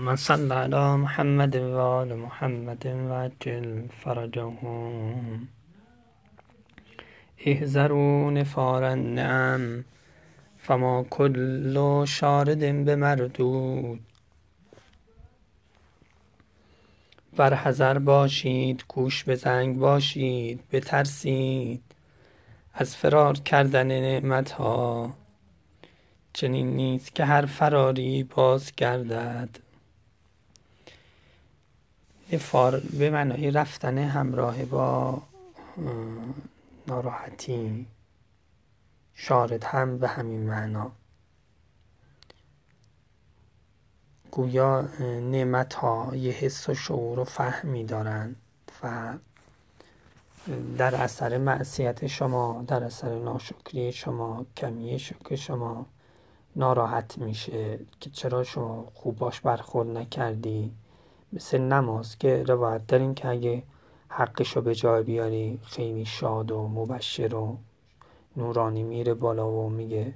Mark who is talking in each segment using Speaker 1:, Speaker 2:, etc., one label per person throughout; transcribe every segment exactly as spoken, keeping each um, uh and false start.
Speaker 1: اللهم صل على محمد و آل محمد و عجل فرجهم. احذروا نفار النعم فما کل شارد بمردود. بر حذر باشید، گوش به زنگ باشید، بترسید از فرار کردن نعمت ها. چنین نیست که هر فراری باز گردد. نفار به معنای رفتن همراه با ناراحتی، شارد هم به همین معنا. گویا نعمت ها یه حس و شعور و فهمی دارن و در اثر معصیت شما، در اثر ناشکری شما، کمی شکر شما ناراحت میشه که چرا شما خوب باش برخورد نکردی. مثل نماز که روایت داریم که اگه حقشو به جای بیاری خیلی شاد و مبشر و نورانی میره بالا و میگه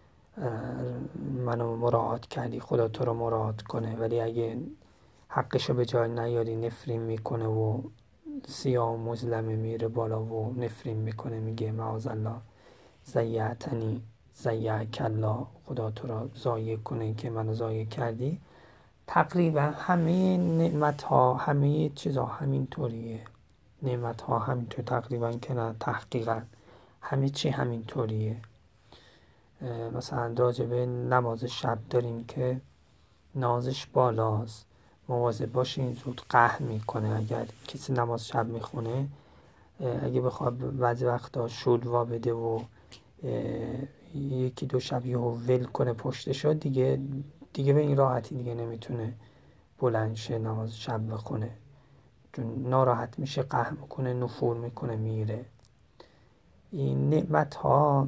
Speaker 1: منو مراعات کردی، خدا تو رو مراعات کنه. ولی اگه حقشو به جای نیاری نفرین میکنه و سیاه و مظلمه میره بالا و نفرین میکنه، میگه معاذالله ضیعتنی ضیعک الله، خدا تو رو ضایع کنه که منو ضایع کردی. تقریبا همه نعمت ها، همه چیزها همین طوریه. نعمت ها همینطور تقریبا که نه تحقیقا همه چی همین طوریه. مثلا راجبه نماز شب داریم که نازش بالاست، مواظب باشین زود قهر میکنه. اگر کسی نماز شب میخونه اگه بخواد بعضی وقتا شلوا بده و یکی دو شب یهو ول کنه پشتشو، دیگه دیگه به این راحتی دیگه نمیتونه بلند شه نماز شب بخونه، چون ناراحت میشه، قهر میکنه، نفور میکنه، میره. این نعمت ها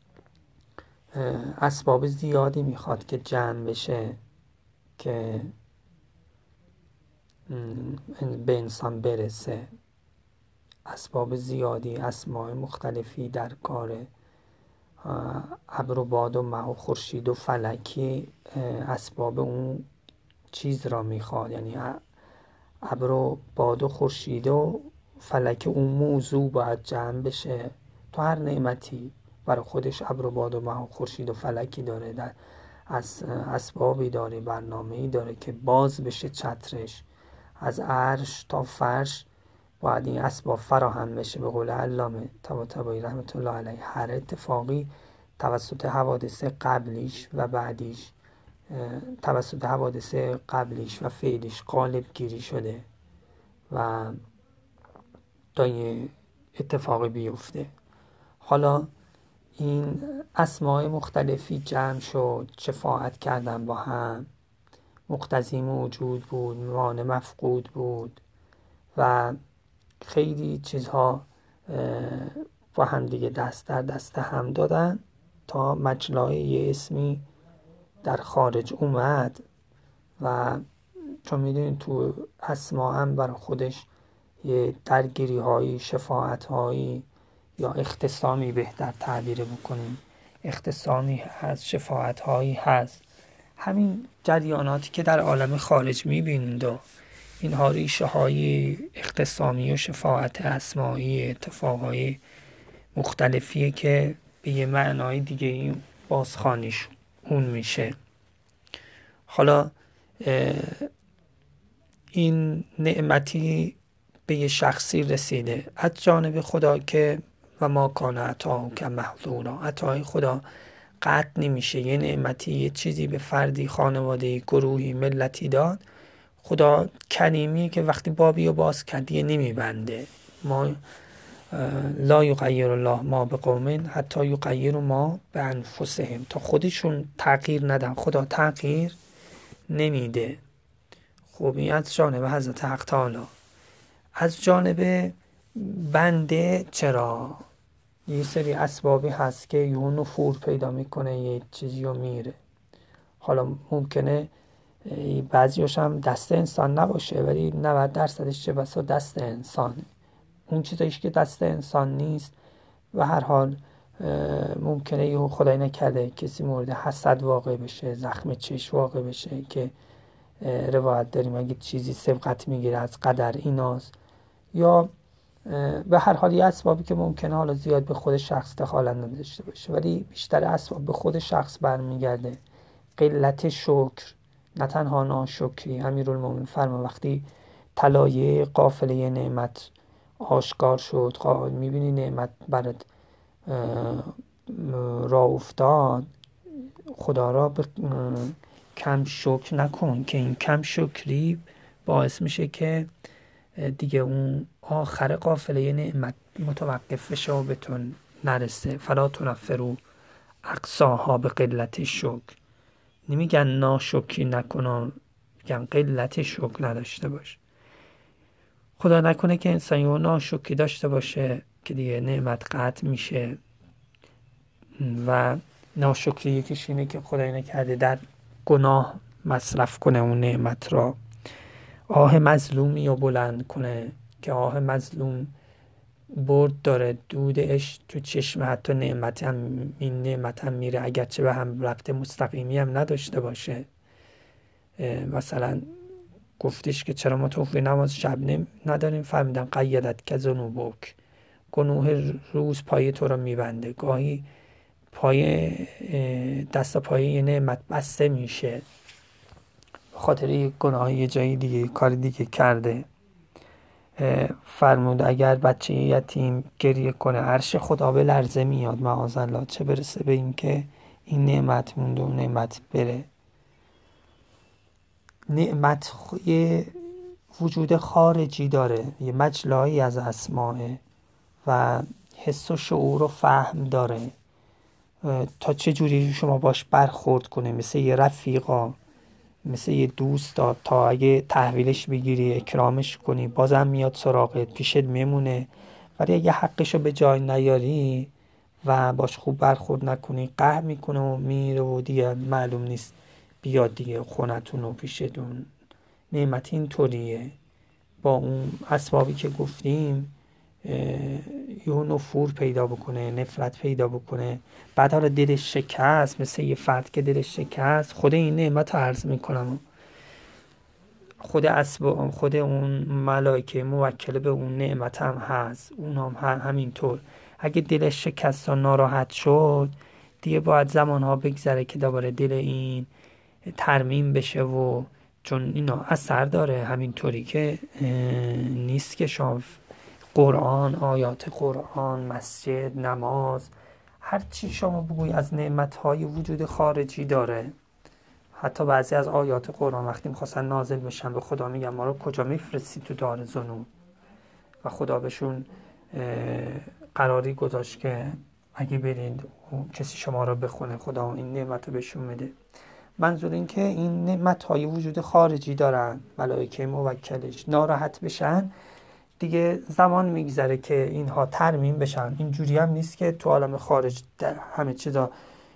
Speaker 1: اسباب زیادی میخواد که جمع بشه که به انسان برسه. اسباب زیادی، اسماء مختلفی در کاره. ابر و باد و مه و خورشید و فلکی اسباب اون چیز را میخواد. یعنی ابر و باد و خورشید و فلک اون موضوع باید جمع بشه. تو هر نعمتی برای خودش ابر و باد و مه و خورشید و فلکی داره، در اسبابی داره، برنامه‌ای داره که باز بشه چترش. از عرش تا فرش باید این اسباب فراهم بشه. به قول علامه طباطبایی رحمت الله علیه، هر اتفاقی توسط حوادث قبلیش و بعدیش، توسط حوادث قبلیش و فعلیش غالب گیری شده و تا یه اتفاقی بیفته. حالا این اسماء مختلفی جمع شد، شفاعت کردن با هم، مقتضی موجود بود، مانع مفقود بود و خیلی چیزها با هم دیگه دست در دست هم دادن تا مجلای یه اسمی در خارج اومد. و چون میدونید تو اسما هم برای خودش یه درگیری هایی، شفاعت هایی یا اختصامی بهتر تعبیر بکنیم، اختصامی هست، شفاعت هایی هست. همین جریاناتی که در عالم خارج میبینید و اینها ریشه های اختصامی و شفاعت اسمایی، اتفاقهای مختلفیه که به یه معنای دیگه این بازخوانیش اون میشه. حالا این نعمتی به یه شخصی رسیده از جانب خدا که و ما کان عطاؤک محظورا، عطای خدا قطع نمیشه. یه نعمتی، یه چیزی به فردی، خانواده‌ای، گروهی، ملتی داد، خدا کریمیه که وقتی بابی رو باز کردیه نمیبنده. ما لا یغیر الله ما بقوم حتی یغیروا ما بانفسهم، تا خودشون تغییر ندن خدا تغییر نمیده. خب این از جانب حضرت حق تعالی. از جانب بنده چرا؟ یه سری اسبابی هست که یه نفور پیدا میکنه، یه چیزی رو میره. حالا ممکنه بعضیش هم دست انسان نباشه، ولی نود درصدش چه بسا دست انسانه. اون چیزایش که دست انسان نیست و هر حال ممکنه یه خدای نکرده کسی مورد حسد واقع بشه، زخم چشم واقع بشه که روایت داریم اگه چیزی سبقت میگیره از قدر ایناست، یا به هر حال یه اسبابی که ممکنه حالا زیاد به خود شخص دخالت نداشته باشه ولی بیشتر اسباب به خود شخص برمیگرده. قلت شکر، نه تنها ناشکری. امیرالمومنین فرما وقتی طلایه قافله نعمت آشکار شد، میبینی نعمت برات راه افتاد، خدا را به کم شکر نکن که این کم شکری باعث میشه که دیگه اون آخر قافله نعمت متوقف بشه و بهتون نرسه. فلا تنفروا اقصاها به قلت شکر. نمیگن ناشکری نکن، میگن قلت شکر نداشته باش. خدا نکنه که انسان یه ناشکری داشته باشه که دیگه نعمت قطع میشه. و ناشکری یکیش اینه که خدای نکرده در گناه مصرف کنه اون نعمت را. آه مظلومی رو بلند کنه که آه مظلوم برد داره، دودش تو چشم حتی نعمت هم، این نعمت هم میره اگرچه به هم ربط مستقیمی هم نداشته باشه. مثلا گفتش که چرا ما توفی نماز شب نداریم؟ فهمیدن قیدت که ذنوبک، گناه روز پای تو رو میبنده. گاهی پای دست پای یه نعمت بسته میشه به خاطر یک گناه یه جایی دیگه کار دیگه کرده. فرمود اگر بچه یتیم گریه کنه عرش خدا به لرزه میاد معاذالله، چه برسه به این که این نعمت مونده و نعمت بره. نعمت یه وجود خارجی داره، یه مجلایی از اسماه و حس و شعور و فهم داره تا چه جوری شما باش برخورد کنه، مثل یه رفیقا، مثل یه دوست، تا اگه تحویلش بگیری اکرامش کنی بازم میاد سراغت، پیشت میمونه. ولی اگه حقشو به جای نیاری و باش خوب برخورد نکنی قهر میکنه و میره و دیگه معلوم نیست بیاد دیگه خونتون و پیشتون. نعمت این طوریه، با اون اسبابی که گفتیم یه نفور پیدا بکنه، نفرت پیدا بکنه، بعد حالا دلش شکست، مثل یه فرد که دلش شکست خود این نعمت رو عرض میکنم، خود اسباب، خود اون ملائکه موکل به اون نعمت هم هست، اون هم همینطور. اگه دلش شکست و ناراحت شد دیگه باید زمانها بگذره که دوباره دل این ترمیم بشه و چون اینا اثر داره. همینطوری که نیست که شما قرآن، آیات قرآن، مسجد، نماز، هر چی شما بگوی از نعمتهای وجود خارجی داره. حتی بعضی از آیات قرآن وقتی میخواستن نازل بشن به خدا میگن ما رو کجا میفرستی تو دار ذنوب، و خدا بهشون قراری گذاشت که اگه برید کسی شما رو بخونه خدا این نعمت رو بهشون میده. منظور این که این نعمتهای وجود خارجی دارن، ملائکه موکلش ناراحت بشن دیگه زمان میگذره که اینها ترمیم بشن. اینجوری هم نیست که تو عالم خارج همه چیزا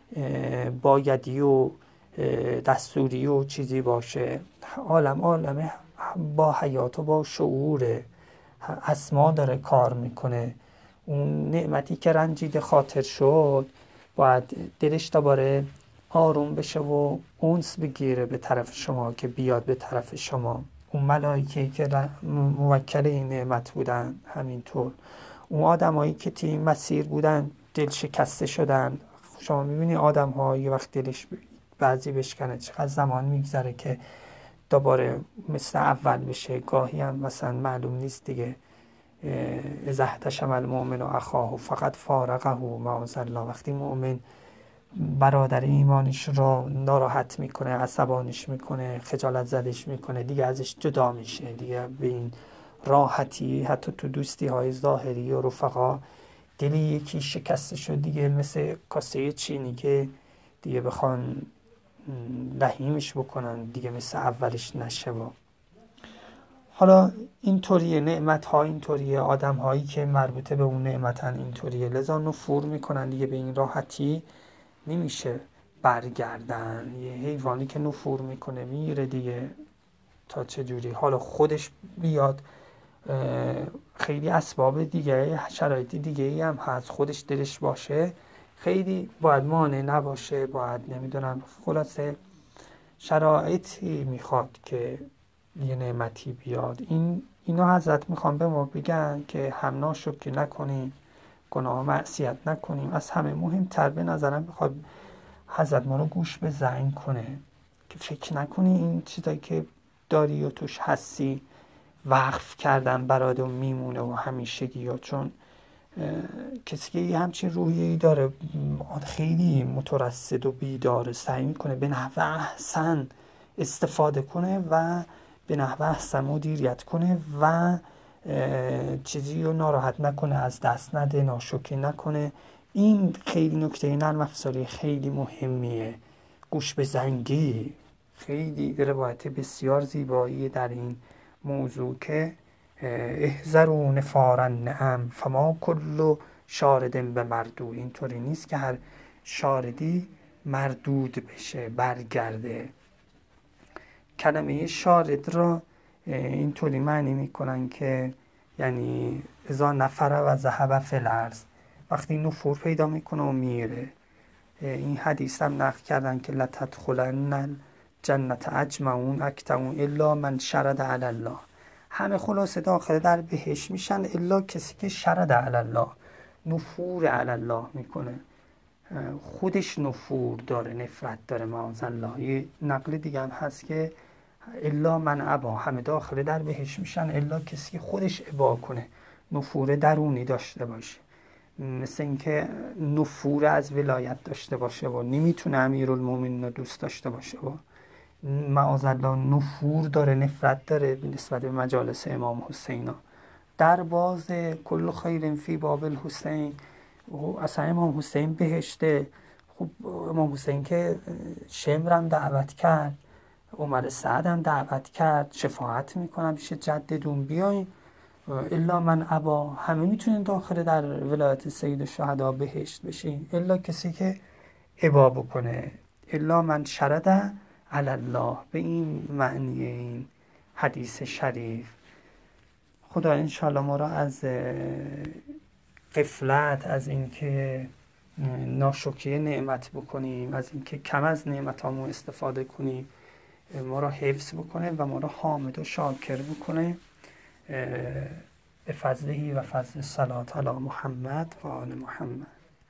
Speaker 1: بایدی و دستوری و چیزی باشه. عالم عالم با حیات و با شعور اسما داره کار میکنه. اون نعمتی که رنجیده خاطر شد باید دلش دوباره آروم بشه و اونس بگیره به طرف شما که بیاد به طرف شما. اون ملائکه که موکل این نعمت بودن همینطور. اون آدمایی که توی این مسیر بودن دل شکسته شدن. شما میبینی آدم ها یه وقت دلش بعضی بشکنه چقدر زمان میگذره که دوباره مثل اول بشه. گاهی هم مثلا معلوم نیست دیگه. اذا احتشم المؤمن و اخاه فقط فارقه معاذالله، وقتی مؤمن برادر ایمانش را ناراحت میکنه، عصبانش میکنه، خجالت زدش میکنه، دیگه ازش جدا میشه. دیگه به این راحتی حتی تو دوستی های ظاهری و رفقا دلی یکی شکسته شد دیگه مثل کاسه چینی که دیگه بخوان لحیمش بکنن دیگه مثل اولش نشه. با حالا اینطوریه، نعمت ها اینطوریه، آدم هایی که مربوطه به اون نعمتن اینطوریه، لذا نفور میکنن دیگه. به این راحتی نمیشه برگردن. یه حیوانی که نفور میکنه میره دیگه تا چه جوری. حالا خودش بیاد خیلی اسباب دیگه، شرایط دیگه هم هست، خودش دلش باشه خیلی باید مانع نباشه، باید نمیدونم خلاصه شرایطی میخواد که یه نعمتی بیاد. این اینا حضرت میخوام به ما بگن که هم ناشکری نکنیم، گناه و معصیت نکنیم. از همه مهمتر به نظرم میخواد حضرت ما رو گوش به زنگ کنه که فکر نکنی این چیزایی که داری و توش هستی وقف کردن برات و میمونه و همیشگی. ها چون کسی که یه همچین روحیه‌ای داره خیلی مترصد و بیداره، سعی میکنه به نحو احسن استفاده کنه و به نحو احسن مدیریت کنه و چیزی رو ناراحت نکنه، از دست نده، ناشکری نکنه. این خیلی نکته نرم افزاری خیلی مهمیه. گوش به زنگی خیلی روایت بسیار زیبایی در این موضوع که احذروا نفار النعم فما کل شارد به مردود. اینطوری نیست که هر شاردی مردود بشه، برگرده. کلمه شارد را اینطوری معنی میکنن که یعنی اذا نفر و ذهب فی الارض، وقتی نفور پیدا میکنه و میره. این حدیث هم نقل کردن که لتدخلن الجنة اجمعون اکتمون الا من شرد علی الله. همه خلاصه داخل در بهشت میشن الا کسی که شرد علی الله، نفور علی الله میکنه، خودش نفور داره، نفرت داره معاذالله. یه نقل دیگه هم هست که الا من ابا، همه داخل در بهشت میشن الا کسی که خودش ابا کنه، نفور درونی داشته باشه، مثل اینکه نفور از ولایت داشته باشه و نمیتونه امیرالمومنین رو دوست داشته باشه و معاذالله نفور داره، نفرت داره به نسبت به مجالس امام حسین. در باز کل خیر فی باب الحسین، اصلا امام حسین بهشته. خب امام حسین که شمرم دعوت کرد، عمر سعد هم دعوت کرد، شفاعت میکنم پیش جددون بیاین، الا من ابا، همه میتونین داخل در ولایت سید الشهدا بهشت بشین الا کسی که ابا بکنه، الا من شرد علی الله. به این معنی این حدیث شریف. خدا انشاءالله ما را از غفلت، از اینکه ناشکری نعمت بکنیم، از اینکه کم از نعمتامون استفاده کنیم، ما را حفظ بکنه و ما را حامد و شاکر بکنه. به فضله و فضل صلات علی محمد و آل محمد.